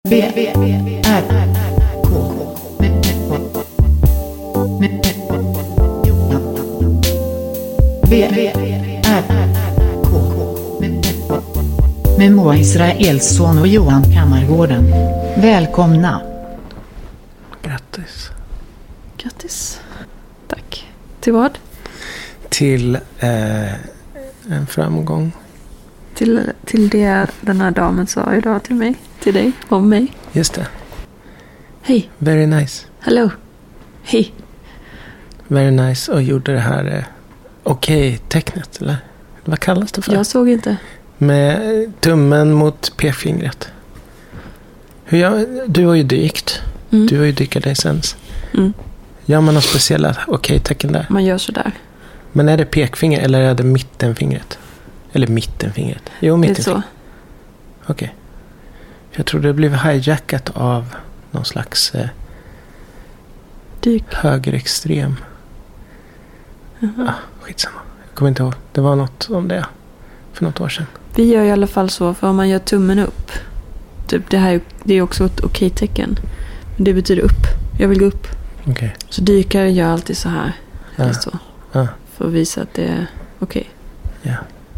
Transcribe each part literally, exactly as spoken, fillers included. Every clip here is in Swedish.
B R K B R K med Moa Israelsson och Johan Kammargården. Välkomna. Grattis. Grattis. Tack. Till vad? Till eh, en framgång. Till, till det den här damen sa idag till mig. Till dig. Om mig. Just det. Hej. Very nice. Hello. Hej. Very nice. Och gjorde det här eh, okej-tecknet, eller? Vad kallas det för? Jag såg inte. Med tummen mot p-fingret. Hur jag, du har ju dykt. Mm. Du har ju dykardejsens. Mm. Gör man några speciella okej-tecken där? Man gör sådär. Men är det pekfinger eller är det mittenfingret? Eller mittenfingret? Jo, Det är mittenfingret. så. Okej. Jag tror det blev hijackat av någon slags eh, Dyk. högerextrem. Jaha. Ah, skitsamma. Jag kommer inte ihåg. Det var något om det för något år sedan. Vi gör i alla fall så. För om man gör tummen upp. Typ det här det är också ett okej-tecken. Men det betyder upp. Jag vill gå upp. Okej. Så dykare gör alltid så här. Ja. Eller så. Ja. För att visa att det är okej. Ja.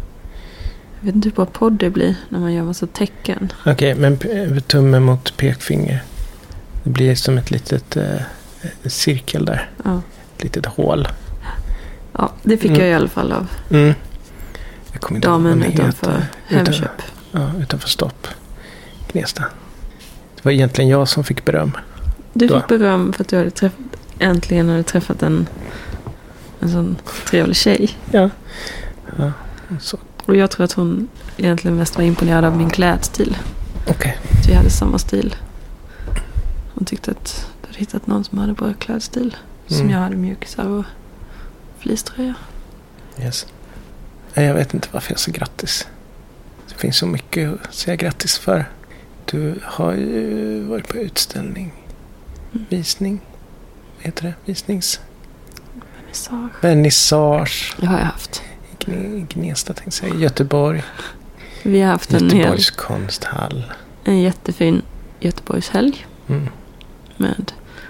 Jag vet inte hur bra podd det blir när man gör massa tecken. Okej, men p- tummen mot pekfinger. Det blir som ett litet eh, cirkel där. Ja. Ett litet hål. Ja, det fick Mm. jag i alla fall av Mm. Jag kommer inte ihåg vad damen den utanför heter. Hemköp. Utanför, ja, utanför stopp. Gnesta. Det var egentligen jag som fick beröm. Du Då. fick beröm för att du hade träffat, äntligen hade träffat en, en sån trevlig tjej. Ja. Ja, så. Och jag tror att hon egentligen mest var imponerad av min klädstil. Okej. Att vi hade samma stil. Hon tyckte att du hade hittat någon som hade bra klädstil. Som Mm. jag hade mjukisar och fleecetröja. Yes. Nej, jag vet inte varför jag säger grattis. Det finns så mycket att säga grattis för. Du har ju varit på utställning. Mm. Visning. Vad heter det? Visnings... Vernissage. Vernissage. Det har jag haft. I Gne- Gnesta tänkte jag säga. Göteborg. Vi har haft en, hel, Göteborgs konsthall. en jättefin Göteborgshelg. Mm. Med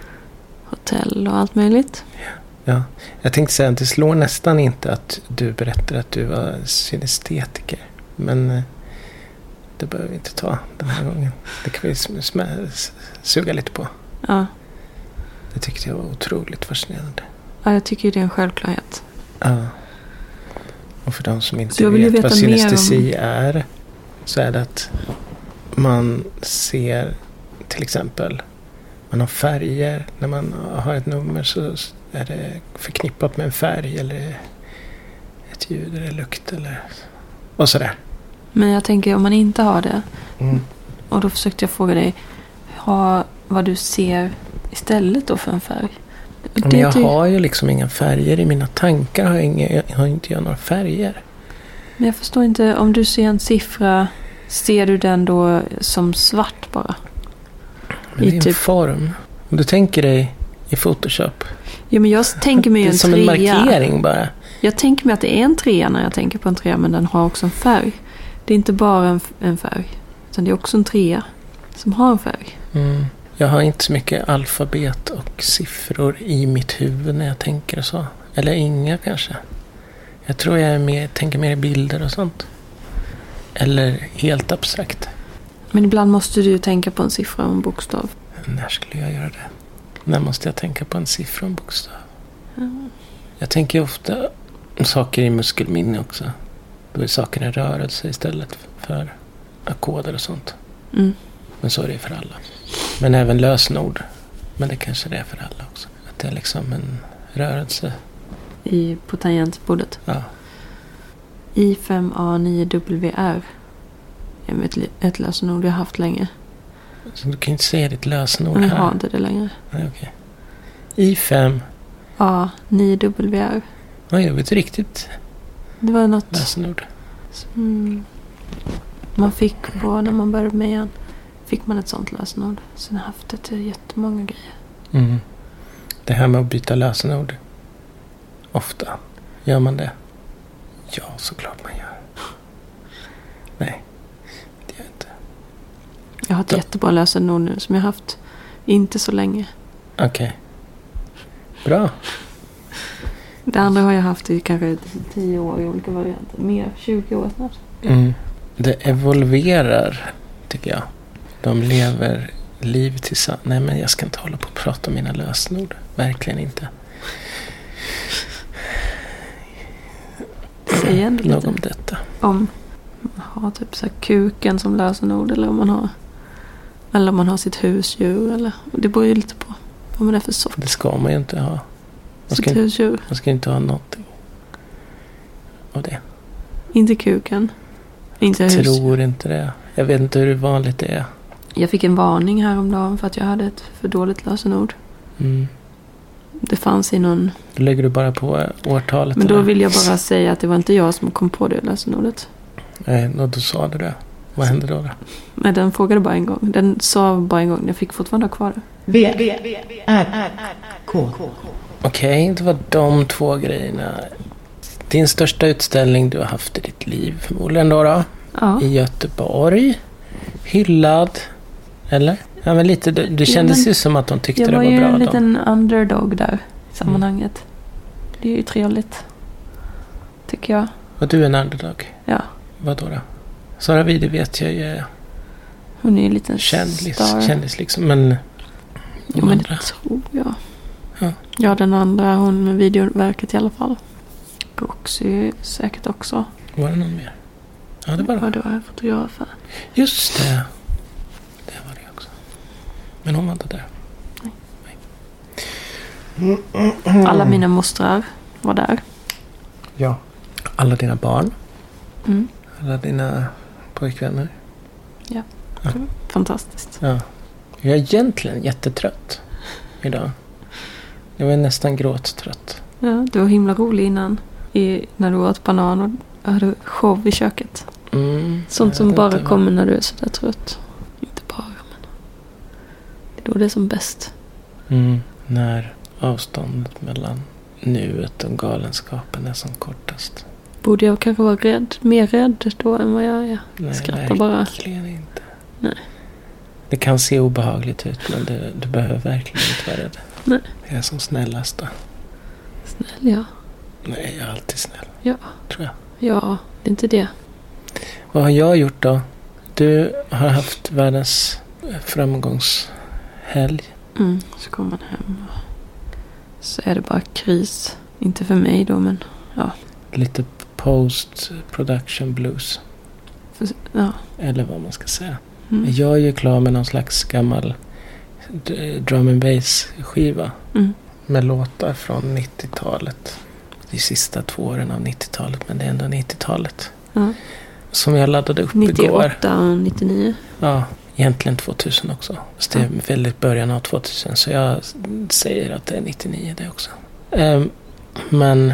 hotell och allt möjligt. Ja. Jag tänkte säga att det slår nästan inte att du berättar att du var synestetiker. Men eh, det behöver vi inte ta den här gången. Det kan vi sm- sm- s- suga lite på. Ja. Det tyckte jag var otroligt fascinerande. Ja, jag tycker det är en självklarhet. Ja. Och för de som Så inte jag vill ju vet vad veta mer synestesi är, så är det att man ser till exempel, man har färger. När man har ett nummer så är det förknippat med en färg eller ett ljud eller lukt eller och sådär. Men jag tänker om man inte har det. Mm. Och då försökte jag fråga dig. Ha, vad du ser istället då för en färg. Men Det jag ty- har ju liksom inga färger i mina tankar. Har jag, inga, jag har inte jag några färger. Men jag förstår inte. Om du ser en siffra. Ser du den då som svart bara? Men det är I en typ- form. Om du tänker dig i Photoshop. Ja, men jag tänker mig Det är en som en trea. markering bara. Jag tänker mig att det är en trea när jag tänker på en trea. Men den har också en färg. Det är inte bara en, en färg. Utan det är också en trea. Som har en färg. Mm. Jag har inte så mycket alfabet och siffror i mitt huvud när jag tänker och så. Eller inga kanske. Jag tror jag är mer, tänker mer i bilder och sånt. Eller helt abstrakt. Men ibland måste du ju tänka på en siffra och en bokstav. När skulle jag göra det? När måste jag tänka på en siffra och en bokstav? Mm. Jag tänker ofta saker i muskelminne också. Då är saker i rörelse istället för ackorder och sånt. Mm. Men så är det för alla. Men även lösenord. Men det kanske det är för alla också. Att det är liksom en rörelse. I, på tangentbordet. Ja. I fem A nio W R. Jag vet ett, ett lösenord jag har haft länge. Så du kan inte säga ditt lösenord Men jag här. har inte det längre. Nej, okej. I fem. A nio W R. Oj, det var ett riktigt Det var något lösenord. som man fick på när man började med igen. Fick man ett sånt lösenord. Sen har jag haft det till jättemånga grejer. Mm. Det här med att byta lösenord. Ofta. Gör man det? Ja, såklart man gör. Nej, det gör jag inte. Jag har ett Då. jättebra lösenord nu som jag har haft inte så länge. Okej. Okay. Bra. Det andra har jag haft i kanske tio år i olika varianter. Mer, tjugo år snart. Mm. Det evolverar, tycker jag. De lever liv tillsammans. Nej, men jag ska inte hålla på och prata om mina lösenord. Verkligen inte. Säg ändå lite. Nog om detta. Om man har typ så här kuken som lösenord. Eller om man har, eller om man har sitt husdjur. Eller, det beror ju lite på vad man är för sort. Det ska man ju inte ha. Man Sitt ska, husdjur. man ska inte ha någonting av det. Inte kuken. Inte Jag hus. tror inte det. Jag vet inte hur vanligt det är. Jag fick en varning häromdagen för att jag hade ett för dåligt lösenord. Mm. Det fanns i någon... Då lägger du bara på årtalet. Men då eller? vill jag bara säga att det var inte jag som kom på det lösenordet. Nej, då, då sa du det. Vad hände då? då? Nej, den frågade bara en gång. Den sa bara en gång. Jag fick fortfarande ha kvar det. V, R, K. Okej, det var de två grejerna. Din största utställning du har haft i ditt liv förmodligen då, då Ja. i Göteborg. Hyllad. Eller? Ja, men lite, det, det kändes men ju som att de tyckte Jag det var var ju bra. en De. liten underdog där i sammanhanget. Mm. Det är ju trevligt. Tycker jag. Var du en underdog? Ja. Vad då då? Sara Wide vet jag ju är Hon är ju en liten kändis, star. kändis liksom. Men de Jo, men andra. det tror jag. Ja. Ja, den andra, hon med videoverket i alla fall. Roxy säkert också. Var det någon mer? Ja, det var det. Vad det var fotografer. Just det. Det var det också. Men hon var inte där. Nej. Alla mina mostrar var där. Ja. Alla dina barn. Mm. Alla dina pojkvänner. Ja. Ja. Fantastiskt. Ja. Jag är egentligen jättetrött idag. Jag var nästan gråttrött. Ja, du var himla rolig innan. I, när du åt banan och hade show i köket. Mm, Sånt som bara inte. kommer när du är så där trött. Inte bara, men det är då det är som bäst. Mm, när avståndet mellan nuet och galenskapen är som kortast. Borde jag kanske vara rädd, mer rädd då än vad jag är? Nej, Skrattar bara. verkligen inte. Nej. Det kan se obehagligt ut, men det, du behöver verkligen inte vara rädd. Nej. Jag är som snällast då. Snäll, ja. Nej, jag är alltid snäll. Ja. Tror jag. Ja, det är inte det. Vad har jag gjort då? Du har haft världens framgångshelg. Mm. Så kommer man hem och så är det bara kris. Inte för mig då, men ja. Lite post-production blues. För, ja. Eller vad man ska säga. Mm. Jag är ju klar med någon slags gammal d- drum and bass skiva. Mm. Med låtar från nittiotalet. De sista två åren av nittiotalet. Men det är ändå nittiotalet. Ja. Som jag laddade upp igår. nittioåtta och nittionio. Ja, egentligen tvåtusen också. Så det är väldigt början av tvåtusen. Så jag säger att det är nittionio det också. Um, men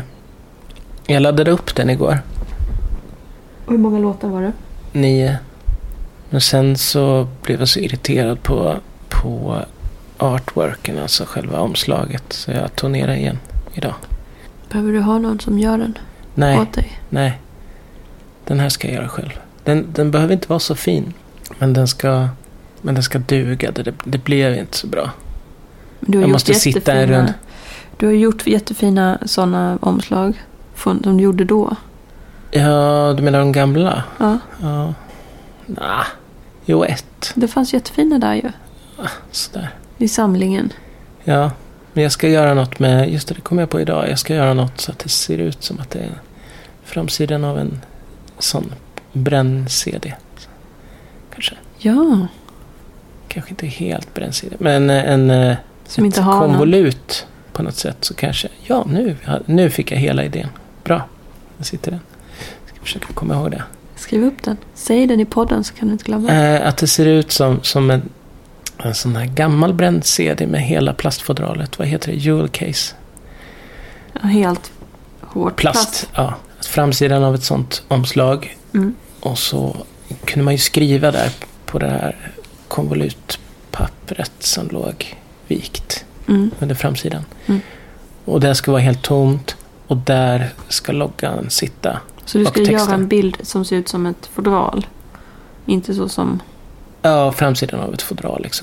jag laddade upp den igår. Och hur många låtar var det? Nio. Men sen så blev jag så irriterad på, på artworken, alltså själva omslaget. Så jag tog ner den igen idag. Behöver du ha någon som gör den Nej, åt dig? nej. Den här ska jag göra själv. Den, den behöver inte vara så fin. Men den ska, men den ska duga. Det, det blev inte så bra. Men du har Jag gjort måste sitta en jättefina- rund. Du har gjort jättefina sådana omslag från, som du gjorde då. Ja, du menar de gamla? Ja, Ja. Nah. Jo, ett. det fanns jättefina där ju. Sådär. I samlingen. Ja, men jag ska göra något med... Just det, det kom jag på idag. Jag ska göra något så att det ser ut som att det är framsidan av en sån bränn-C D. Kanske. Ja, Kanske inte helt bränn-C D. Men en... en som ett inte har någon. konvolut på något sätt så kanske... Ja, nu, nu fick jag hela idén. Bra. Där sitter den. Jag ska försöka komma ihåg det. Skriv upp den. Säg den i podden så kan du inte glömma. Eh, att det ser ut som, som en, en sån här gammal bränd C D med hela plastfodralet. Vad heter det? Jewel case. Ja, helt hårt Plast. plast. Ja. Framsidan av ett sånt omslag. Mm. Och så kunde man ju skriva där på det här konvolutpappret som låg vikt Mm. under framsidan. Mm. Och det ska vara helt tomt. Och där ska loggan sitta. Så du Och ska texten. göra en bild som ser ut som ett fodral. Inte så som Ja, framsidan av ett fodral liksom.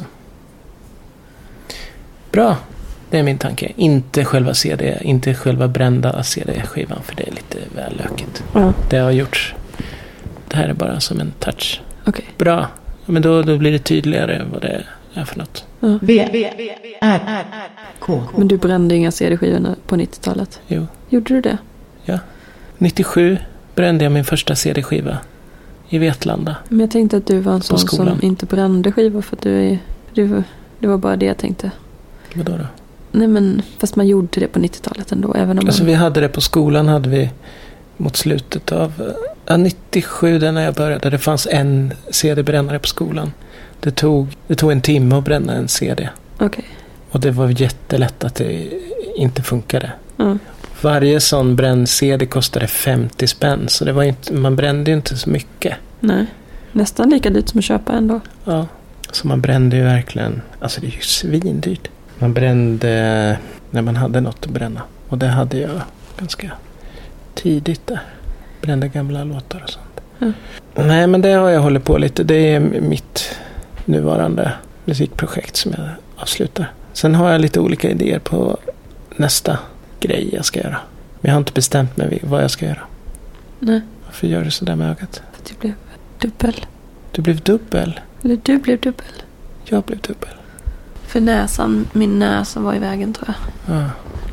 Bra, det är min tanke. Inte själva C D, inte själva brända C D-skivan, för det är lite väl lökigt. Ja. Det har gjorts. Det här är bara som en touch. Okej. Bra, ja, men då, då blir det tydligare vad det är för något. Ja. V, V, R, R, K. Men du brände inga C D-skivorna på nittiotalet? Jo, Gjorde du det? ja. nittiosju brände jag min första C D-skiva i Vetlanda. Men jag tänkte att du var en sån skolan. som inte brände skivor för att du är... Du var, det var bara det jag tänkte. Vadå då? Nej, men fast man gjorde det på nittiotalet ändå. Även om man... Alltså vi hade det på skolan, hade vi mot slutet av ja, nittiosju, där när jag började. Det fanns en C D-brännare på skolan. Det tog, det tog en timme att bränna en C D. Okej. Och det var jättelätt att det inte funkade. Ja. Varje sån bränd C D kostade femtio spänn. Så det var inte, man brände ju inte så mycket. Nej. Nästan lika dyrt som att köpa ändå. Ja. Så man brände ju verkligen... Alltså det är ju svindyrt. Man brände när man hade något att bränna. Och det hade jag ganska tidigt där. Brände gamla låtar och sånt. Mm. Nej, men det har jag hållit på lite. Det är mitt nuvarande musikprojekt som jag avslutar. Sen har jag lite olika idéer på nästa grej jag ska göra. Men jag har inte bestämt mig vad jag ska göra. Nej. Varför gör du så där med ögat? För att jag blev dubbel. Du blev dubbel. Eller du blev dubbel. Jag blev dubbel. För näsan, min näsa var i vägen tror jag. Ja.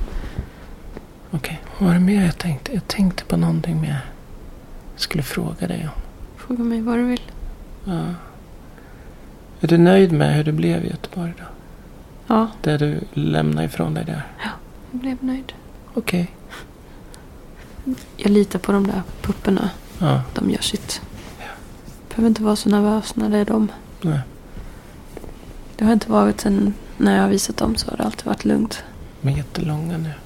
Okej, vad var det mer jag tänkte? Jag tänkte på någonting mer. Jag skulle fråga dig om. Fråga mig vad du vill. Ja. Är du nöjd med hur det blev i Göteborg då? Ja, Det du lämnade ifrån dig där? jag blev nöjd. Okej. Jag litar på de där pupporna. Ja, De gör sitt. Behöver inte vara så nervös när det är dem. nej. Det har inte varit sen när jag har visat dem, så har det alltid varit lugnt. De är jättelånga nu.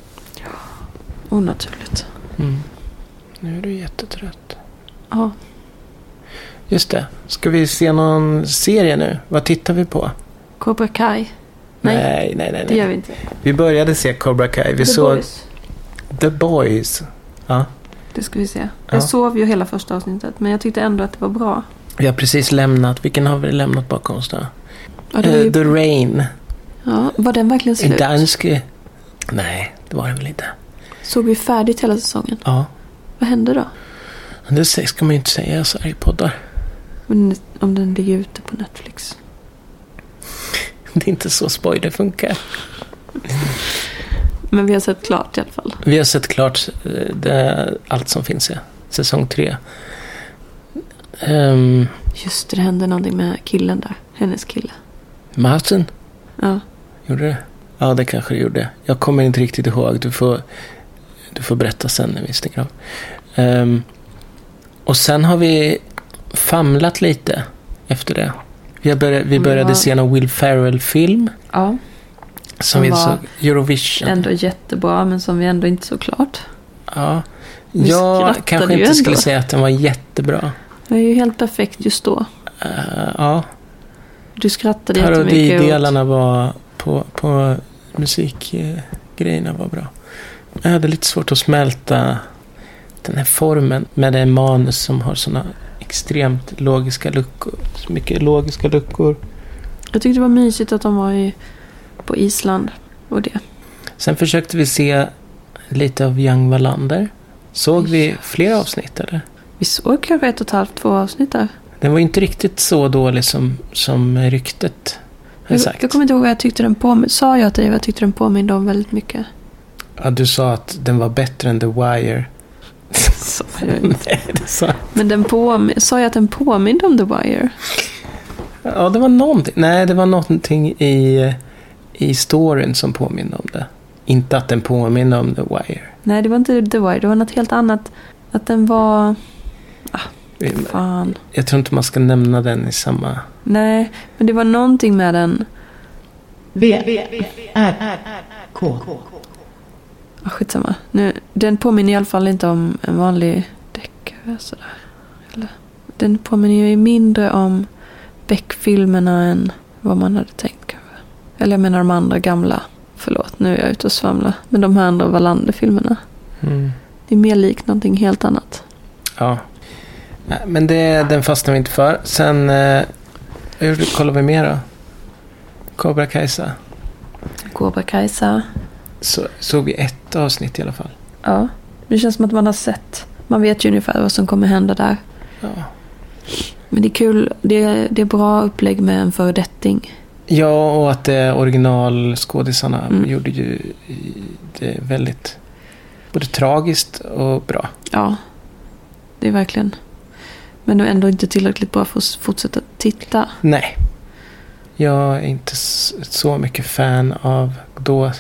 Onaturligt. Mm. Nu är du jättetrött. Ja, Just det. Ska vi se någon serie nu? Vad tittar vi på? Cobra Kai. Nej, nej, nej. nej, det gör nej. vi inte. Vi började se Cobra Kai. Vi The såg Boys. The Boys. Ja. Det ska vi se. Ja. Jag sov ju hela första avsnittet, men jag tyckte ändå att det var bra. Vi har precis lämnat. Vilken har vi lämnat bakom oss då? Ja, det var, ju... Eh, The Rain. ja, var den verkligen En slut? danske. Nej, det var det väl inte. Såg vi färdigt hela säsongen? Ja. Vad hände då? Det ska man ju inte säga så här i poddar. Men om den ligger ute på Netflix. Det är inte så spoiler funkar. Men vi har sett klart i alla fall. Vi har sett klart eh, det, allt som finns i säsong tre. Um, Just det, det hände någonting med killen där. Hennes kille. Martin, Ja. gjorde det? Ja, det kanske det gjorde. Jag kommer inte riktigt ihåg. Du får, du får berätta sen när vi sticker av. Um, och sen har vi famlat lite efter det. Vi, började, vi började Ja. se en Will Ferrell-film Ja. som Som vi var såg Eurovision. Ändå jättebra, men som vi ändå inte så klart. Ja. Vi Jag skrattade kanske ju inte skulle ändå. säga att den var jättebra. Det är ju helt perfekt just då. Uh, ja, Du skrattade jättemycket. parodidelarna var på, på musikgrejerna var bra. Jag hade lite svårt att smälta den här formen med det manus som har såna extremt logiska luckor. Så mycket logiska luckor. Jag tyckte det var mysigt att de var i, på Island och det. Sen försökte vi se lite av Young Wallander. Såg vi flera avsnitt eller? Vi såg kanske ett och ett halvt, två avsnitt där. Den var inte riktigt så dålig som, som ryktet har Jag, sagt. jag kommer inte ihåg vad jag tyckte den påminner. Sa jag till dig vad jag tyckte den påminner om väldigt mycket? Ja, du sa att den var bättre än The Wire. Så jag inte. Nej, det sa Men den påmin- sa jag att den påminner om The Wire? Ja, det var någonting. Nej, det var någonting i, i storyn som påminner om det. Inte att den påminner om The Wire. Nej, det var inte The Wire. Det var något helt annat. Att den var... Ah, fan. Jag tror inte man ska nämna den i samma... Nej, men det var någonting med den... V, V, R, R, K. Ah, skitsamma. Nu, den påminner i alla fall inte om en vanlig deckare. Sådär. Eller, den påminner ju mindre om Beck-filmerna än vad man hade tänkt kanske. Eller jag menar de andra gamla. Förlåt, nu är jag ute och svamlar. Men de här andra Wallander-filmerna. Mm. Det är mer likt någonting helt annat. Ja. Nej, men det, den fastnar vi inte för. Sen... Eh, Jag gjorde, kollar vi mer då? Cobra Kajsa. Cobra Kajsa. Så såg vi ett avsnitt i alla fall. Ja, det känns som att man har sett. Man vet ju ungefär vad som kommer hända där. Ja. Men det är kul. Det är, det är bra upplägg med en föredetting. Ja, och att det originalskådisarna Mm. gjorde ju det väldigt både tragiskt och bra. Ja, det är verkligen. Men ändå inte tillräckligt bra för att fortsätta titta. Nej. Jag är inte så mycket fan av då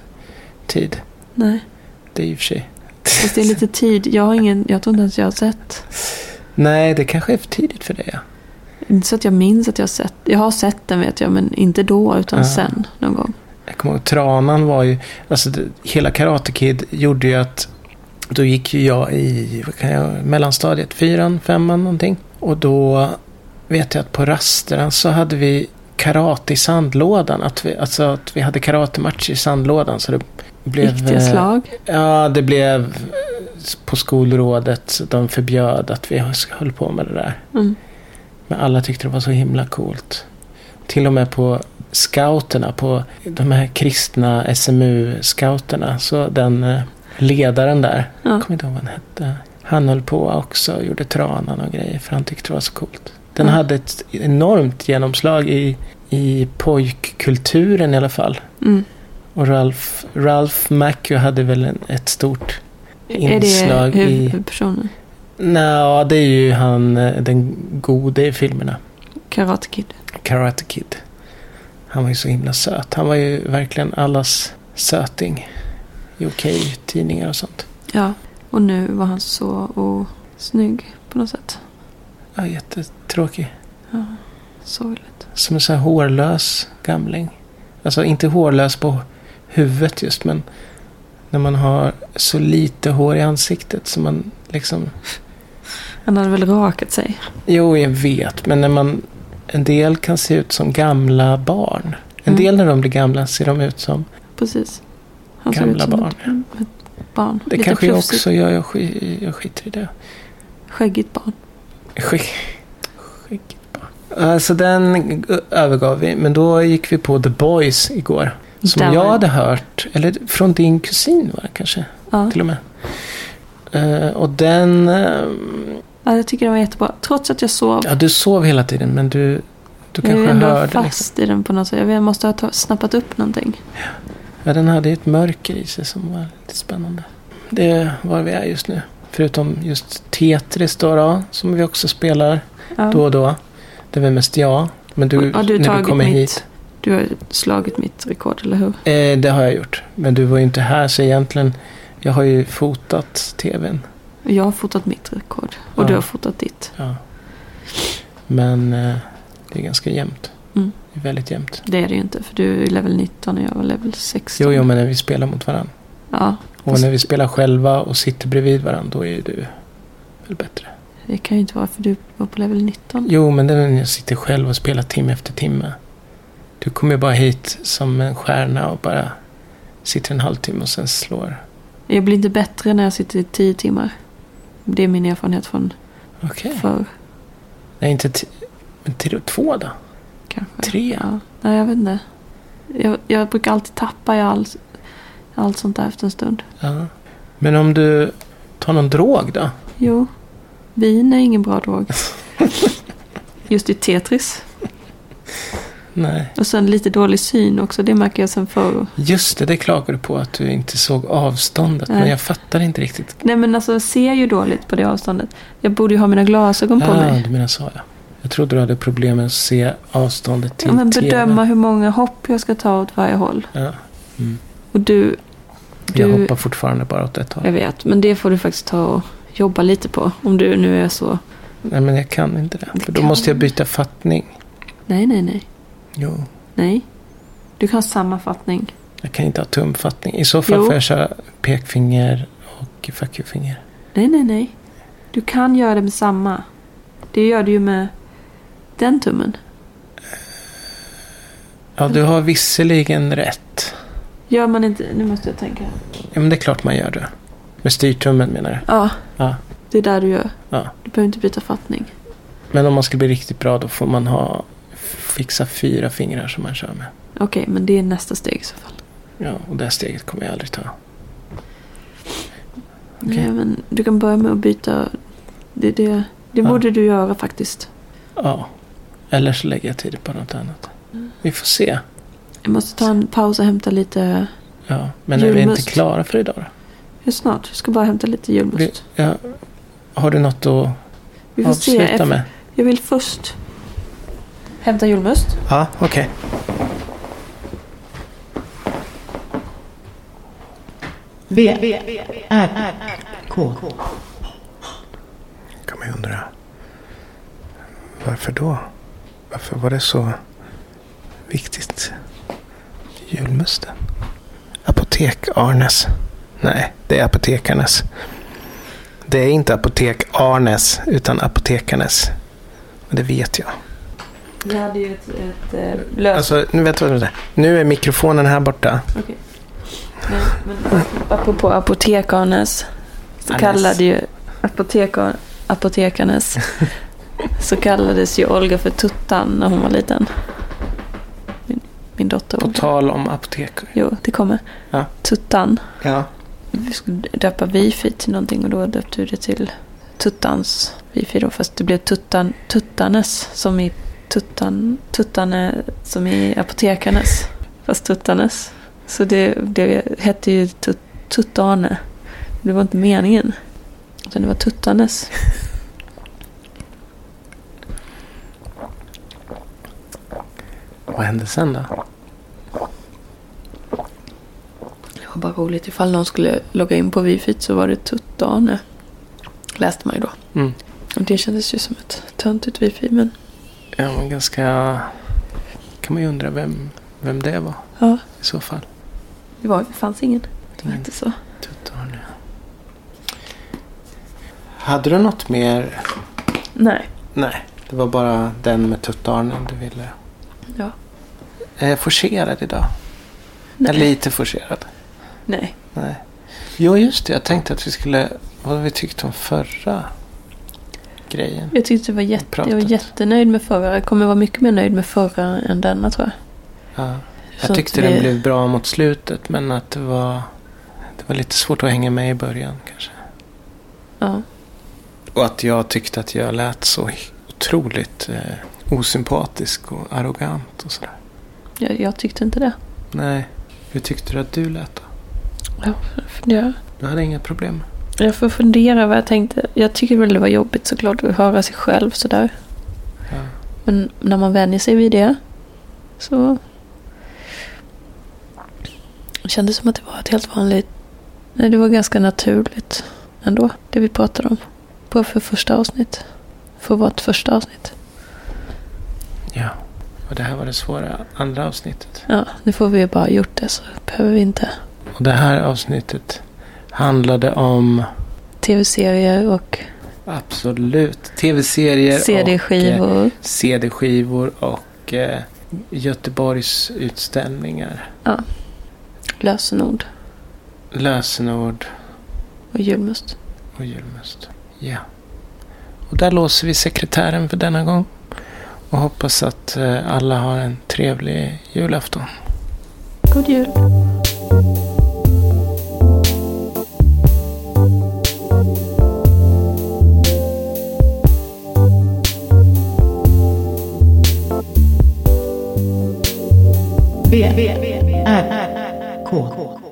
tid. Nej. Det är ju för sig. Fast det är lite tid. Jag har ingen, jag tror inte ens jag har sett. Nej, det kanske är för tidigt för det. Ja. Inte så att jag minns att jag har sett. Jag har sett den vet jag, men inte då utan Ja. sen någon gång. Jag kommer ihåg, Tranan var ju, alltså det, hela Karate Kid gjorde ju att då gick ju jag i, vad kan jag, mellanstadiet, fyran, femman någonting. Och då vet jag att på rasterna så hade vi karate i sandlådan. Att vi, alltså att vi hade karatematch i sandlådan. Så det blev... Riktiga slag. Ja, det blev på skolrådet. De förbjöd att vi höll på med det där. Mm. Men alla tyckte det var så himla coolt. Till och med på scouterna, på de här kristna S M U-scouterna. Så den eh, ledaren där, Ja. jag kommer inte ihåg vad han hette. Han höll på också och gjorde Tranan och grejer för han tyckte det var så coolt. Den Ja. hade ett enormt genomslag i, i pojkkulturen i alla fall. Mm. Och Ralph, Ralph Macchio hade väl en, ett stort Är inslag det i... huvudpersonen? Nej, det är ju han, den gode i filmerna. Karate Kid. Karate Kid. Han var ju så himla söt. Han var ju verkligen allas söting i okej-tidningar och sånt. Ja, och nu var han så snygg på något sätt. Ja, jättetråkig. Ja, sorgligt. Som en sån här hårlös gamling. Alltså inte hårlös på huvudet just, men när man har så lite hår i ansiktet så man liksom... Han hade väl rakat sig. Jo, jag vet, men när man... En del kan se ut som gamla barn. En Mm. del när de blir gamla ser de ut som Precis. Han gamla såg ut som barn. Ett, ett barn. Det Lite kanske jag plufsigt. också gör. Jag, sk- jag skiter i det. Skäggigt barn. Sk- Skäggigt barn. Alltså den övergav vi. Men då gick vi på The Boys igår. Som Där jag var- hade hört. Eller från din kusin var det kanske. Ja. Till och med. Uh, och den... ehm, ja, jag tycker den var jättebra. Trots att jag sov. ja, du sov hela tiden. Men du, du jag är kanske ändå hörde. fast Liksom. i den på något sätt. Jag vet, jag måste ha ta- snappat upp någonting. Ja, den hade ett mörker i sig som var lite spännande. Det är var vi är just nu. Förutom just Tetris då, då som vi också spelar Ja. då och då. Det är väl mest jag. Men du, Har du när du tagit kommer mitt- hit. Du har slagit mitt rekord, eller hur? Eh, det har jag gjort. Men du var ju inte här så egentligen. Jag har ju fotat tvn. Jag har fotat mitt rekord. Och Ja. du har fotat ditt. Ja. Men eh, det är ganska jämnt. Mm. Det är väldigt jämnt. Det är det ju inte. För du är level nitton och jag var level sexton. Jo, jo, men när vi spelar mot varandra. Ja. Och när vi spelar själva och sitter bredvid varandra, då är ju du väl bättre. Det kan ju inte vara för du var på level nitton. Jo, men det är när jag sitter själv och spelar timme efter timme. Du kommer ju bara hit som en stjärna och bara sitter en halvtimme och sen slår. Jag blir inte bättre när jag sitter i tio timmar. Det är min erfarenhet från Okej. förr. Nej, inte t- men till två då? Kanske. Tre? Ja. Nej, jag vet inte. Jag, jag brukar alltid tappa i allt, allt sånt där efter en stund. Ja. Men om du tar någon drog då? Jo, vin är ingen bra drog. Just i Tetris. Nej. Och sen lite dålig syn också. Det märker jag sen förr. Just det, det klagar du på att du inte såg avståndet. Nej. Men jag fattar inte riktigt. Nej, men alltså jag ser ju dåligt på det avståndet. Jag borde ju ha mina glasögon på Ja, mig. du menar så, ja. Jag trodde du hade problem med att se avståndet till Ja, men T V. bedöma hur många hopp jag ska ta åt varje håll. Ja. Mm. Och du... Jag du hoppar fortfarande bara åt ett håll. jag vet, men det får du faktiskt ta och jobba lite på. Om du nu är så... Nej, men jag kan inte det. Det För då kan måste jag du. byta fattning. Nej, nej, nej. Jo. Nej. Du kan ha samma fattning. Jag kan inte ha tumfattning. I så fall Jo. får jag köra pekfinger och fuck you-finger. Nej, nej, nej. Du kan göra det med samma. Det gör du ju med den tummen. Ja, du har visserligen rätt. Gör man inte... Nu måste jag tänka. Ja, men det är klart man gör det. Med styrtummen menar du? Ja, Ja. det är där du gör. Ja. Du behöver inte byta fattning. Men om man ska bli riktigt bra då får man ha fixa fyra fingrar som man kör med. Okej, okay, men det är nästa steg i så fall. Ja, och det steget kommer jag aldrig ta. Okay. Nej, men du kan börja med att byta. Det, det, det ja. borde du göra faktiskt. Ja, eller så lägger jag tid på något annat. Mm. Vi får se. Jag måste ta en paus och hämta lite. Ja, men julmust. Är vi inte klara för idag då? Ja, snart. Jag ska bara hämta lite julmust. Vi, ja, har du något att vi får avsluta se. med? Jag vill först hämta julmust. Ja, okej. Okay. V, V, R, R, K. Kan man ju undra. Varför då? Varför var det så viktigt? Julmusten. Apotek Arnes. Nej, det är apotekarnes. Det är inte apotek Arnes utan apotekarnes. Men det vet jag. Vi hade ju ett, ett, ett lös... Alltså, nu vet du vad det är. Nu är mikrofonen här borta. Okej. Okay. Nej, men apropå apotekarnes så kallade ju apotekar, apotekarnes så kallades ju Olga för Tuttan när hon var liten. Min, min dotter. På tal om apotekar. Jo, det kommer. Ja. Tuttan. Ja. Vi skulle döpa wifi till någonting och då döpte vi det till Tuttans wifi då. Fast det blev tuttan, Tuttanes som i tuttan, Tuttane som i apotekarnes. Fast Tuttanes. Så det, det hette ju tut, Tuttane. Det var inte meningen. Utan det var Tuttanes. Vad hände sen då? Det var bara roligt. Ifall någon skulle logga in på wifi så var det Tuttane. Läste man ju då. Mm. Och det kändes ju som ett töntigt wifi. Men... Ja, men ganska... Kan man ju undra vem, vem det var. Ja. I så fall. Det, var, det fanns ingen. Det var inte så. Tuttarne. Hade du något mer? Nej. Nej, det var bara den med tuttarnen du ville. Ja. Är jag forcerad idag? Nej. Är lite forcerad? Nej. Nej. Jo, just det. Jag tänkte att vi skulle... Vad vi tyckte om förra grejen. Jag tyckte det var jätte, jag var jättenöjd med förra. Jag kommer vara mycket mer nöjd med förra än denna, tror jag. Ja. Jag Så tyckte vi... den blev bra mot slutet, men att det var det var lite svårt att hänga med i början kanske. Ja. Och att jag tyckte att jag lät så otroligt eh, osympatisk och arrogant och sådär. Jag, jag tyckte inte det. Nej. Hur tyckte du att du lät då? Jag får fundera. Du hade inga problem? Jag får fundera vad jag tänkte. Jag tycker väl det var jobbigt såklart att höra sig själv sådär. Ja. Men när man vänjer sig vid det så det kändes som att det var ett helt vanligt... Nej, det var ganska naturligt ändå, det vi pratade om. Bara för första avsnitt. För vårt första avsnitt. Ja, och det här var det svåra andra avsnittet. Ja, nu får vi bara gjort det så behöver vi inte. Och det här avsnittet handlade om... Tv-serier och... Absolut. Tv-serier C D-skivor. Och eh, C D-skivor och eh, Göteborgs utställningar. Ja. Lösenord. Lösenord. Och julmust. Och julmust. Ja. Och där låser vi sekretären för denna gång. Och hoppas att eh, alla har en trevlig julafton. God jul. V, V, R, R, K.